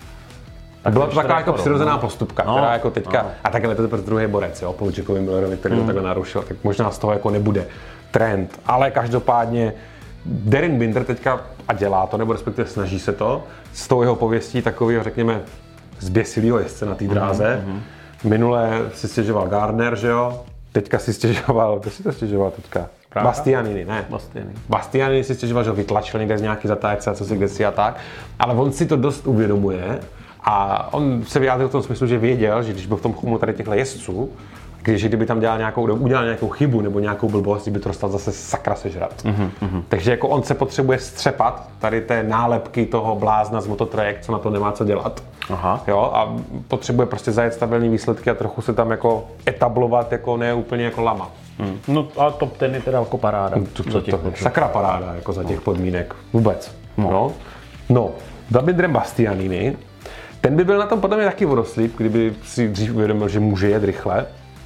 Tak byla to taková jako přirozená postupka, no, která jako teďka, no. A takhle to teprve druhý borec, jo, po Jackovi Millerovi, který mm. to takhle narušil, tak možná z toho jako nebude trend, ale každopádně Darin Binder teďka a dělá to, nebo respektive snaží se to, s tou jeho pověstí takového, řekněme, zběsilýho jezdce na té dráze. Mm-hmm. Minule si stěžoval Gardner, že jo, teďka si stěžoval, kdo si to stěžoval teďka? Práva? Bastianini, ne. Bastianini. Bastianini si stěžoval, že ho vytlačil někde z nějaký zatáčce a co si kde si a tak, ale on si to dost uvědomuje. A on se vyjádřil v tom smyslu, že věděl, že když byl v tom chumu tady těchto jezdců, Když kdyby tam dělal nějakou, udělal nějakou chybu nebo nějakou blbost, by to dostal zase sakra sežrat. Mm-hmm. Takže jako on se potřebuje střepat tady té nálepky toho blázna z Mototrajekt, co na to nemá co dělat. Aha. Jo, a potřebuje prostě zajet stabilní výsledky a trochu se tam jako etablovat, jako ne úplně jako lama. Hmm. No ale top ten je teda jako paráda. To, to, to, to, sakra paráda jako za těch no. podmínek. Vůbec. No. No, no. Davide Bastianini, ten by byl na tom potom taky vodoslíp, kdyby si dřív uvědomil, že může jet rychle.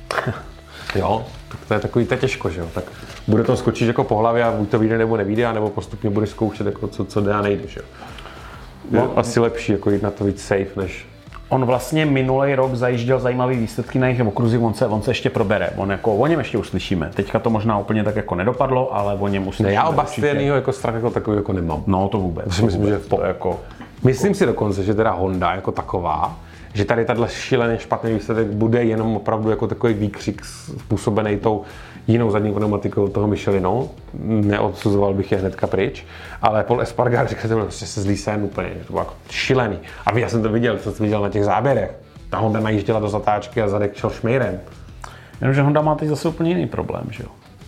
Jo, tak to je takový to těžko, že jo. Tak bude to skočit jako po hlavě a buď to vyjde nebo nevyjde, nebo postupně bude zkoušet, jako co, co jde a nejde, že jo. Je no, asi lepší jako jít na to víc safe, než... On vlastně minulý rok zajížděl zajímavý výsledky na jejich okruzích, on se, on se ještě probere. On jako, o něm ještě uslyšíme. Teďka to možná úplně tak jako nedopadlo, ale o něm uslyšíme. Ne, já o Bastianiniho jako strach jako takový jako nemám. No to vůbec. To myslím, vůbec, že po... to jako... Myslím si dokonce, že teda Honda jako taková, že tady tato šíleně špatný výsledek bude jenom opravdu jako takový výkřik způsobený tou jinou zadní pneumatikou toho Michelinou. Neodsuzoval bych je hnedka pryč, ale Paul Espargaro říkal, že to byl prostě se zlý sen úplně, že to bylo jako šílený. A já jsem to viděl, co jsem viděl na těch záběrech. Ta Honda najížděla do zatáčky a zadek šel šmejrem. Jenomže Honda má teď zase úplně jiný problém, že jo?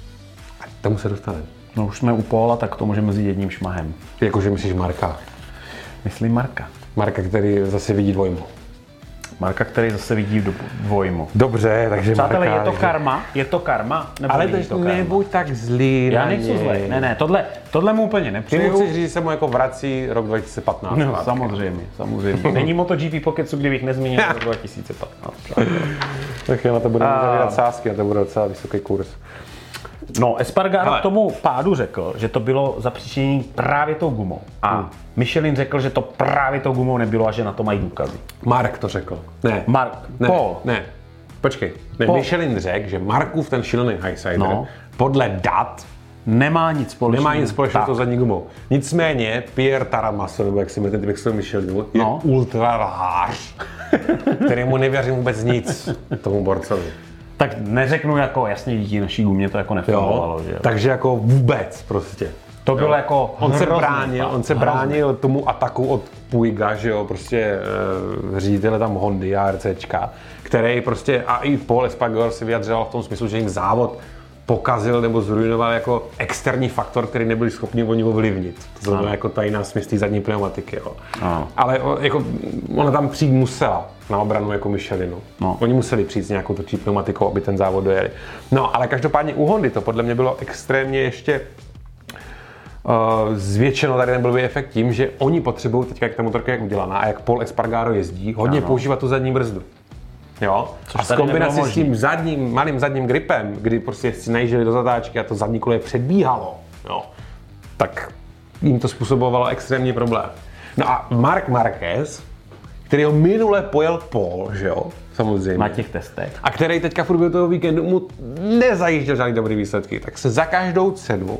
A k tomu se dostaneme. No už jsme u Paula, tak to můžeme vzít jedním šmahem. Jakože myslíš Marka? Myslím Marka. Marka, který zase vidí dvojmu. Marka, který zase vidí do dvojmu. Dobře, takže Přátelé, Marka, je to karma? Je to karma? Nebo ale to karma? nebuď tak zlý. Já nejsem zlej. Ne, ne, tohle, tohle mu úplně nepřeju. Ty mu chceš říct, že se mu jako vrací rok dva tisíce patnáct. No, samozřejmě, samozřejmě. Není MotoGP Pocketsu, kdybych nezmínil rok dva tisíce patnáct. Tak na to budeme a... zavírat sázky a to bude docela vysoký kurz. No, Espargaro k tomu pádu řekl, že to bylo zapříčiněné právě tou gumou. A hmm. Michelin řekl, že to právě tou gumou nebylo a že na to mají důkazy. Mark to řekl. Ne. Mark. Ne. Paul. Ne. Počkej. Ne, Michelin řekl, že Markův ten šílený highsider no. podle dat nemá nic společného. Nemá nic společného s tou zadní gumou. Nicméně Pierre Taramaso, nebo jak se jmenuje ten typek s tou Michelinu, je no. ultra lhář, kterému nevěřím vůbec nic, tomu borcovi. Tak neřeknu jako, jasně díky naší gumě to jako nefungovalo, že jo. Takže jako vůbec prostě. To bylo jo. jako On se bránil, on se bránil tomu ataku od Puiga, že jo, prostě uh, ředitele tam Hondy a RCčka, který prostě, a i Paul Espargaro si vyjadřoval v tom smyslu, že jim závod pokazil nebo zrujnoval jako externí faktor, který nebyli schopni oni ovlivnit. To znamená jako tajná směs té zadní pneumatiky, jo. Ano. Ale jako, ona tam přijít musela na obranu jako Michelinu. No. Oni museli přijít s nějakou točí pneumatikou, aby ten závod dojeli. No, ale každopádně u Hondy to podle mě bylo extrémně ještě uh, zvětšeno tady ten blbý efekt tím, že oni potřebují teďka, jak ta motorka je udělaná a jak Paul Espargaro jezdí, hodně ano. používat tu zadní brzdu. Jo? A v kombinaci s tím zadním, malým zadním gripem, kdy prostě si najížděli do zatáčky a to zadní kolo je předbíhalo, jo? Tak jim to způsobovalo extrémní problém. No a Marc Marquez, který ho minule pojel Paul, že jo, samozřejmě. Na těch testech. A který teďka v průběhu toho víkendu mu nezajížděl žádný dobrý výsledky, tak se za každou cenu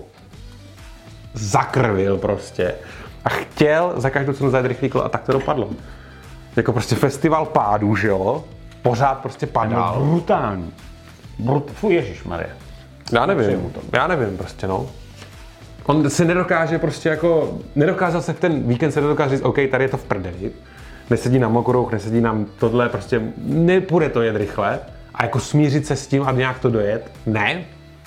zakrvil prostě a chtěl za každou cenu zajet rychlý kolo a tak to dopadlo. Jako prostě festival pádů, že jo, pořád prostě padal. Brutální. Brut... Fuj, ježišmarja. Já nevím, já nevím prostě, no. On se nedokáže prostě jako, nedokázal se v ten víkend se nedokáže říct, OK, tady je to v prdeli, nesedí nám okruh, nesedí nám tohle, prostě nepůjde to jet rychle a jako smířit se s tím a nějak to dojet, ne.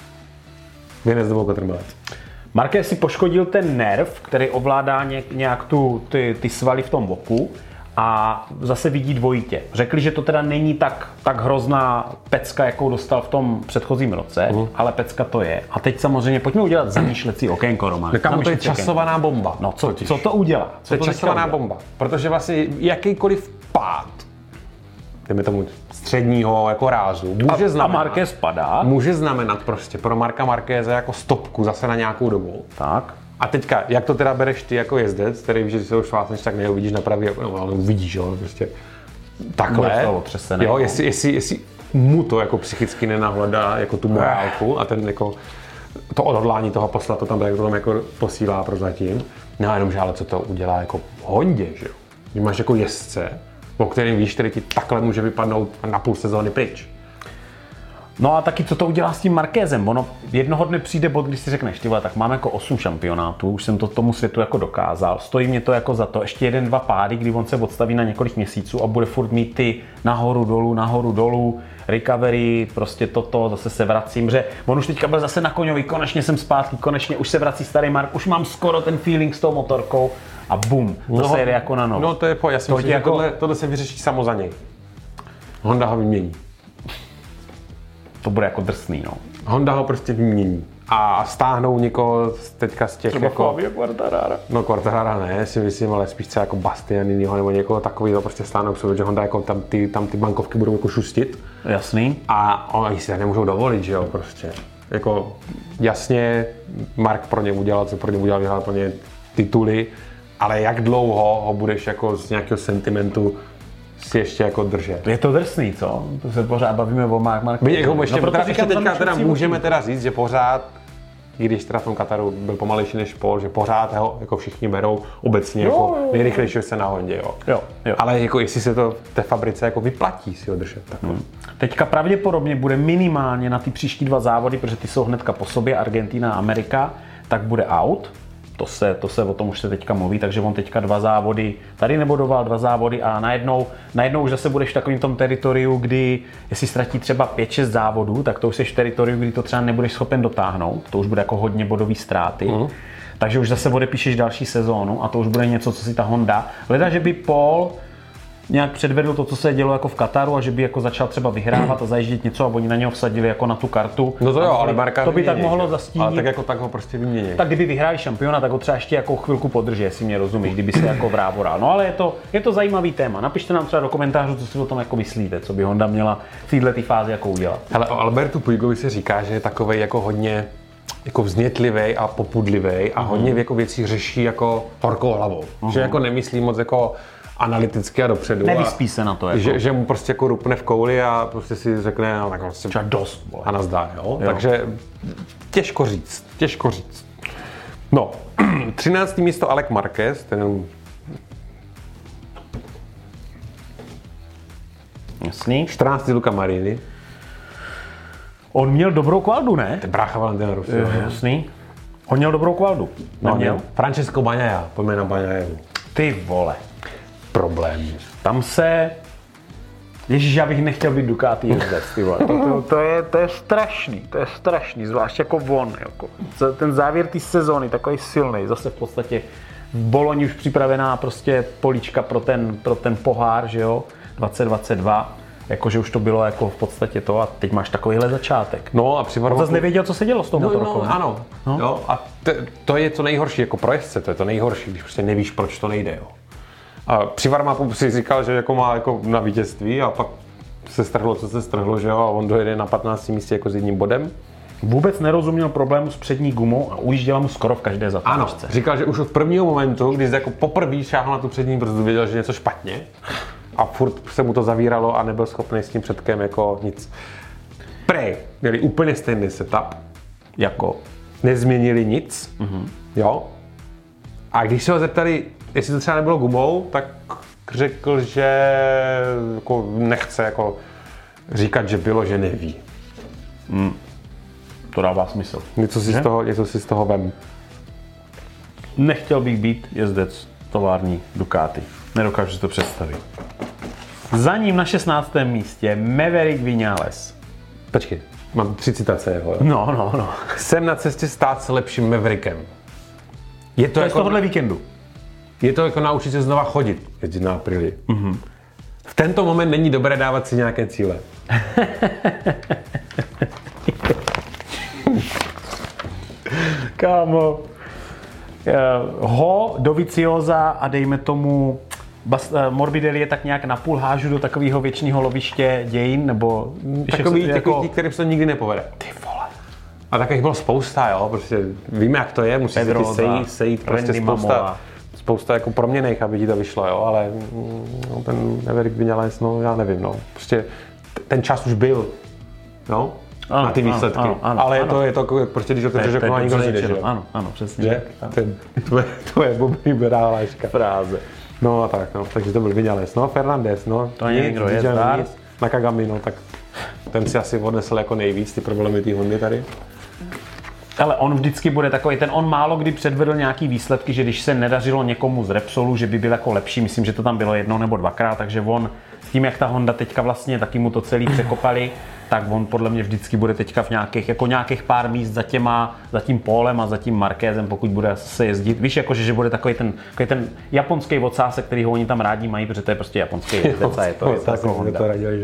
Věnec do kotrmelec. Marquez si poškodil ten nerv, který ovládá nějak tu, ty, ty svaly v tom oku a zase vidí dvojitě. Řekli, že to teda není tak, tak hrozná pecka, jakou dostal v tom předchozím roce, uh. ale pecka to je. A teď samozřejmě pojďme udělat zamýšlecí okénko, Roman. Kámo, to je časovaná okénko. Bomba. No, co, co to udělá? Co to je to časovaná udělá? bomba, protože vlastně jakýkoliv pád, dejme tomu středního jako rázu, může a, znamenat, a Marquez padá. Může znamenat prostě pro Marka Marqueze jako stopku zase na nějakou dobu. Tak. A teďka, jak to teda bereš ty jako jezdec, který víš, že se ho švácneš, tak neho na pravý, no, ale uvidíš, jo, prostě takhle, jo, jestli, jestli, jestli mu to jako psychicky nenahledá jako tu morálku a ten jako to odhodlání toho poslat to tam, jak to tam jako posílá prozatím, no jenom, že ale co to udělá jako Hondě, že jo, když máš jako jezdce, o kterém víš, který ti takhle může vypadnout na půl sezóny pryč. No a taky, co to udělá s tím Marquezem? Ono jednoho dne přijde bod, když si řekneš, ty vole, tak mám jako osm šampionátů, už jsem to tomu světu jako dokázal, stojí mě to jako za to, ještě jeden, dva pády, kdy on se odstaví na několik měsíců a bude furt mít ty nahoru, dolů, nahoru, dolů, recovery, prostě toto, zase se vracím, že on už teďka byl zase na koňovi, konečně jsem zpátky, konečně už se vrací starý Mark, už mám skoro ten feeling s tou motorkou a bum, zase no, jede jako na novo. No to je po, já si myslím, jako... že tohle, tohle se vyřeší samo za něj. Honda ho vymění. To bude jako drsný, no. Honda ho prostě vymění. A stáhnou někoho teďka z těch třeba jako... Fabio Quartarara. No Quartarara ne, si myslím, ale spíš třeba jako Bastianinho nebo někoho takového prostě stáhnou k sobě, že Honda jako tam ty, tam ty bankovky budou jako šustit. Jasný. A oni si tak nemůžou dovolit, že jo, prostě. Jako jasně Mark pro ně udělal, co pro ně udělal, vyhrál pro ně tituly, ale jak dlouho ho budeš jako z nějakého sentimentu si ještě jako držet. Je to drsný, co? To se pořád bavíme o Mark Marquez. My jako ještě, no, teda, ještě teďka teda můžeme vůči. teda říct, že pořád, i když teda v tom Kataru byl pomalejší než Paul, že pořád ho jako všichni berou obecně jo, jako nejrychlejšího se na Hondě, jo. Jo, jo. Ale jako jestli se to v té fabrice jako vyplatí si ho držet. Tak hmm. Teďka pravděpodobně bude minimálně na ty příští dva závody, protože ty jsou hnedka po sobě, Argentina a Amerika, tak bude out. To se, to se o tom už se teďka mluví, takže on teďka dva závody, tady nebodoval dva závody a najednou, najednou už zase budeš v takovém tom teritoriu, kdy jestli ztratí třeba pět šest závodů, tak to už jsi v teritoriu, kdy to třeba nebudeš schopen dotáhnout, to už bude jako hodně bodový ztráty. Mm. Takže už zase odepíšeš další sezónu a to už bude něco, co si ta Honda. Leda, že by Paul nějak předvedl to, co se dělo jako v Kataru a že by jako začal třeba vyhrávat a zajíždět něco a oni na něho vsadili jako na tu kartu. No to jo, ale Marka to by vymění, tak mohlo jo. zastínit. Ale tak jako tak ho prostě vymění. Tak kdyby vyhráli šampiona, tak ho třeba ještě jako chvilku podrží, jestli mě rozumíš, kdyby se jako vrávoral. No ale je to, je to zajímavý téma. Napište nám třeba do komentářů, co si o tom jako myslíte, co by Honda měla v této fázi jako udělat. Hele, o Albertu Puigovi se říká, že je takovej jako hodně jako vznětlivý a popudlivý a hodně jako věcí řeší jako horkou hlavou. Uh-huh. Že jako nemyslí moc jako analyticky a dopředu. Nevyspí se na to. Jako. Že, že mu prostě jako rupne v kouli a prostě si řekne, no tak prostě třeba dost. Vole. A nazdá, jo? jo. Takže těžko říct, těžko říct. No, třinácté místo Alex Marquez, ten... Jasný. čtrnáctý Luca Marini. On měl dobrou kvaldu, ne? To je brácha Valentina Rossi. Jasný. On měl dobrou kvaldu. No, měl. Francesco Bagnaia, pojďme na Bagnaievu. Ty vole. Problém. Tam se... Ježíš, já bych nechtěl být Ducati jezdec, ty vole. To, to, to, je, to je strašný, to je strašný, zvlášť jako on. Jako. Ten závěr té sezóny, takový silný, zase v podstatě v Boloni už připravená prostě polička pro ten, pro ten pohár, že jo, dvacet dvacet dva. Jakože už to bylo jako v podstatě to a teď máš takovýhle začátek. No a při On zase nevěděl, co se dělo s tou no, motorkou. No, ano. No. Jo, a t- to je to nejhorší, jako pro jezdce, to je to nejhorší, když prostě nevíš, proč to nejde. Jo. A při Varmapu si říkal, že jako má jako na vítězství a pak se strhlo, co se strhlo, že jo, a on dojede na patnáctém místě jako s jedním bodem. Vůbec nerozuměl problému s přední gumou a ujížděla mu skoro v každé zatáčce. Ano, říkal, že už od prvního momentu, když jako poprvé šáhl na tu přední brzdu, věděl, že něco špatně. A furt se mu to zavíralo a nebyl schopný s tím předkem jako nic. Prej, měli úplně stejný setup. Jako? Nezměnili nic, mm-hmm. jo. A když se ho zeptali, jestli to třeba nebylo gumou, tak řekl, že jako nechce jako říkat, že bylo, že neví. Mm. To dává smysl. Něco si, z toho, něco si z toho vem. Nechtěl bych být jezdec tovární Ducati. Nedokážu si to představit. Za ním na šestnáctém místě Maverick Viñales. Počkej, mám tři citace jeho. Jo? No, no, no. Jsem na cestě stát se lepším Maverickem. Je to, to jako, je z tohohle víkendu. Je to jako naučit se znova chodit, jezdit na Aprilia. Mm-hmm. V tento moment není dobré dávat si nějaké cíle. Kámo. Ho, Doviziosa a dejme tomu Bas, Morbidelli je tak nějak napůl hážu do takového věčného loviště dějin, nebo... Takový těch jako... lidí, kterým se to nikdy nepovede. Ty vole. A takových bylo spousta, jo, prostě víme, jak to je, musí se ti sejít, sejít prostě spousta, spousta jako proměnejch, aby ti to vyšlo, jo, ale no, ten Maverick Viñales, no já nevím, no, prostě ten čas už byl, no, ano, na ty výsledky, ano, ano, ale ano. To je to, prostě když otevřeš řeknu, a nikdo nejde, že jo. Ano, ano, přesně. Že? Ten, to je, to je oblíbená hláška. Fráze. No a tak, no, takže to byl Viñales, no, Fernandez, no, to je někdo je, zdar. Nakagami, no, tak Ten si asi odnesl jako nejvíc ty problémy té Hondy tady. Ale on vždycky bude takový, ten on málo kdy předvedl nějaký výsledky, že když se nedařilo někomu z Repsolu, že by byl jako lepší, myslím, že to tam bylo jednou nebo dvakrát, takže on s tím, jak ta Honda teďka vlastně taky mu to celý překopali, tak on podle mě vždycky bude teďka v nějakých, jako nějakých pár míst za těma, za tím Polem a za tím Marquezem, pokud bude se jezdit. Víš, jakože, že bude takový ten, takový ten japonský ocásek, který ho oni tam rádi mají, protože to je prostě japonský jezdec a je to, je to jako Honda.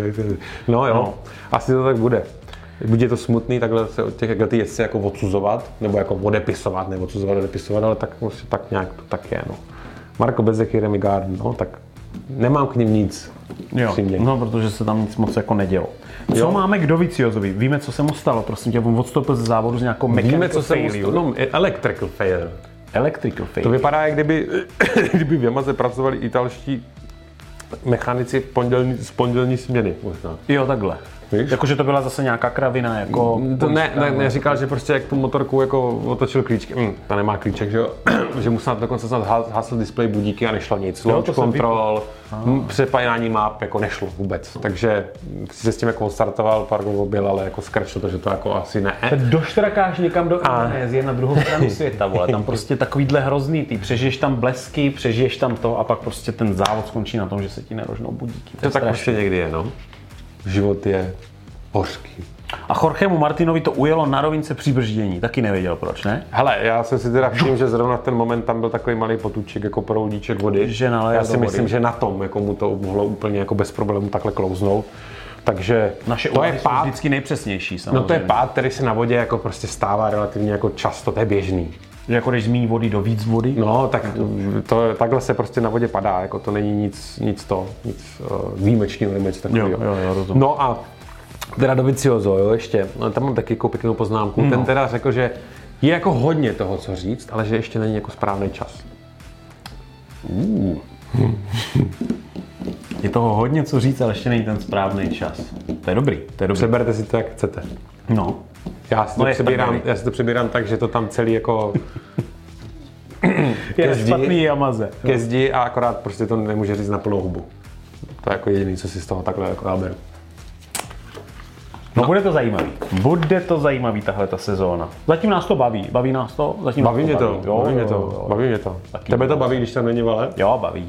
No jo, no. Asi to tak bude. Buď je to smutný takhle se od těch jezdci jako odsuzovat, nebo jako odepisovat, nebo odsuzovat, odepisovat, ale tak, tak nějak to tak je, no. Marco Bezzecchi, Remy Gardner, no, tak nemám k ním nic. Jo, no, protože se tam nic moc jako nedělo. Co jo. máme k Doviziosovi? Víme, co se mu stalo, prosím tě, on odstoupil ze závodu s nějakou mechanical Víme, co se mu stalo, no, electrical failure. Electrical failure. To vypadá, jak kdyby, kdyby v Yamaze pracovali italští mechanici pondělní, z pondělní směny, možná. Jo, takhle. Jakože to byla zase nějaká kravina, jako... To ne, ne, ne, říkal, že prostě jak tu motorku jako otočil klíčky, hm, ta nemá klíček, že jo, že mu snad dokonce snad hasl displej budíky a nešlo nic. Launch control, přepínání map, jako nešlo vůbec. Takže si se s tím jako odstartoval, pár gol byl, ale jako skrčil to, že to jako asi ne. Teď doštrakáš někam do Indonésie na druhou stranu světa, vole, tam prostě takovýhle hrozný, ty přežiješ tam blesky, přežiješ tam to a pak prostě ten závod skončí na tom, že se ti nerožnou budíky. To, to tak prostě někdy je, no. Život je hořký. A Jorgemu Martinovi to ujelo na rovince při brždění, taky nevěděl proč, ne? Hele, já jsem si teda všiml, že zrovna v ten moment tam byl takový malý potůček, jako proudíček vody. Že já si myslím, že na tom jako mu to mohlo úplně jako bez problémů takhle klouznout. Takže naše to je pád, vždycky nejpřesnější samozřejmě. No to je pád, který se na vodě jako prostě stává relativně jako často, to je běžný. Že jako když z méně vody do víc vody? No, tak to, takhle se prostě na vodě padá, jako to není nic, nic to, nic uh, výjimečného nebo něco takového. Jo, jo, jo, rozumím. No a teda Dovizioso, jo, ještě, tam mám taky jako pěknou poznámku, no. Ten teda řekl, že je jako hodně toho, co říct, ale že ještě není jako správný čas. Uh. Je toho hodně co říct, ale ještě není ten správný čas. To je dobrý, to je dobrý. Přeberte si to, jak chcete. No. Já si, to, no přebírám, já si to přebírám tak, že to tam celý jako je špatný Yamaze. Ke zdi a akorát prostě to nemůže říct na plnou hubu. To je jako jediný, co si z toho takhle jako já beru. No, no bude to zajímavý. Bude to zajímavý tahle ta sezóna. Zatím nás to baví. Baví nás to? Zatím baví mě to, baví. Jo, baví mě to, jo, jo. baví mě to. Tebe to baví, když tam není Vale? Jo, baví.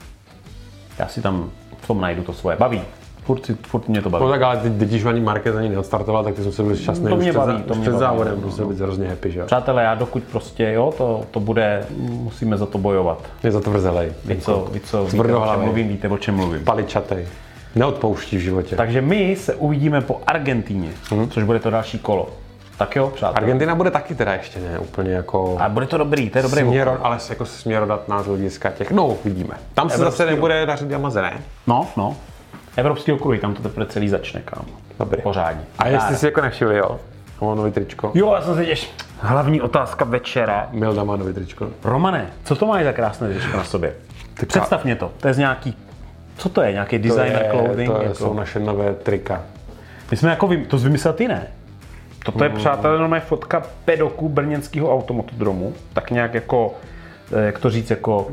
Já si tam v tom najdu to svoje. Baví. Furt, si, furt mě to baví. No tak ale teď, když ani Marquez ani neodstartoval, tak ty jsem se byl šťastný. To mě už baví, to mě před baví. závodem, musel být hrozně happy, že jo? Přátelé, já dokud prostě, jo, to, to bude, musíme za to bojovat. Je zatvrzelej. Vy co, vy co víte, o čem mluvím, víte, o čem mluvím. Paličatej. Neodpouští v životě. Takže my se uvidíme po Argentíně, hmm. což bude to další kolo. Tak jo, přátelé. Argentina bude taky teda ještě ne úplně jako... A bude to dobrý, to je dobrý směro, ale jako směrodatná z hlediska těch, no vidíme. Tam se Evropský... zase nebude dařit Yamaze, ne? No, no. Evropský okruh, tam to teprve celý začne, kámo. Dobrý. Pořádně. A jestli si jako nevšimli, jo? Mám nový tričko. Jo, já jsem se těšil. Hlavní otázka večera. Milda má nový tričko. Romane, co to má za krásné tričko na sobě? Ty představ mě to. To je z nějaký... Co to je? Nějaký designer to je, clothing? To je, jako... jsou naše nové trika. My jsme jako... Vym... To jsi vymyslel ty, ne? Toto je, mm. přátelé, normálně fotka pedoku brněnského automotodromu. Tak nějak jako... Jak to říct, jako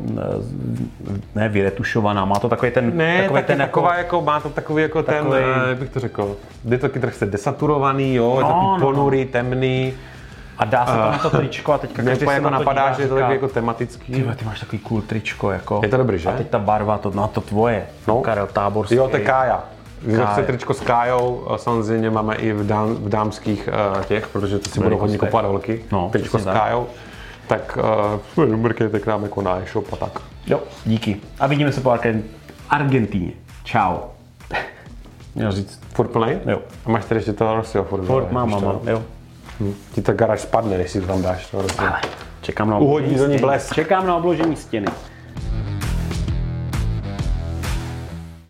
ne vyretušovaná, má to takový ten... Ne, takový tak ten taková jako, má to takový jako takový... ten, jak bych to řekl, je to taky trochu desaturovaný, jo, no, takový no, ponurý, temný. A dá se to na to tričko a teďka každý se jako na to napadá, dívá, že je to takový jako tematický. Ty, ty máš takový cool tričko, jako. Je to dobrý, že? A teď ta barva, to, no, to tvoje, no. Karel Táborský. Jo, to je Kája. Kdo chce tričko s Kájou, samozřejmě máme i v, dám, v dámských uh, těch, protože to si budou hodně kupovat holky, no, tričko s Kájou. Tak uh, mrkejte k nám jako na e-shop a tak. Jo, díky. A vidíme se po Argentíně. Čau. Měl říct. Furt plnej? Jo. A máš tady ještě to Rossio furt? Furt mám, mám, jo. Hm. Ti ta garáž spadne, když si to tam dáš. To čekám na uhodí do ní blesk. Čekám na obložení stěny.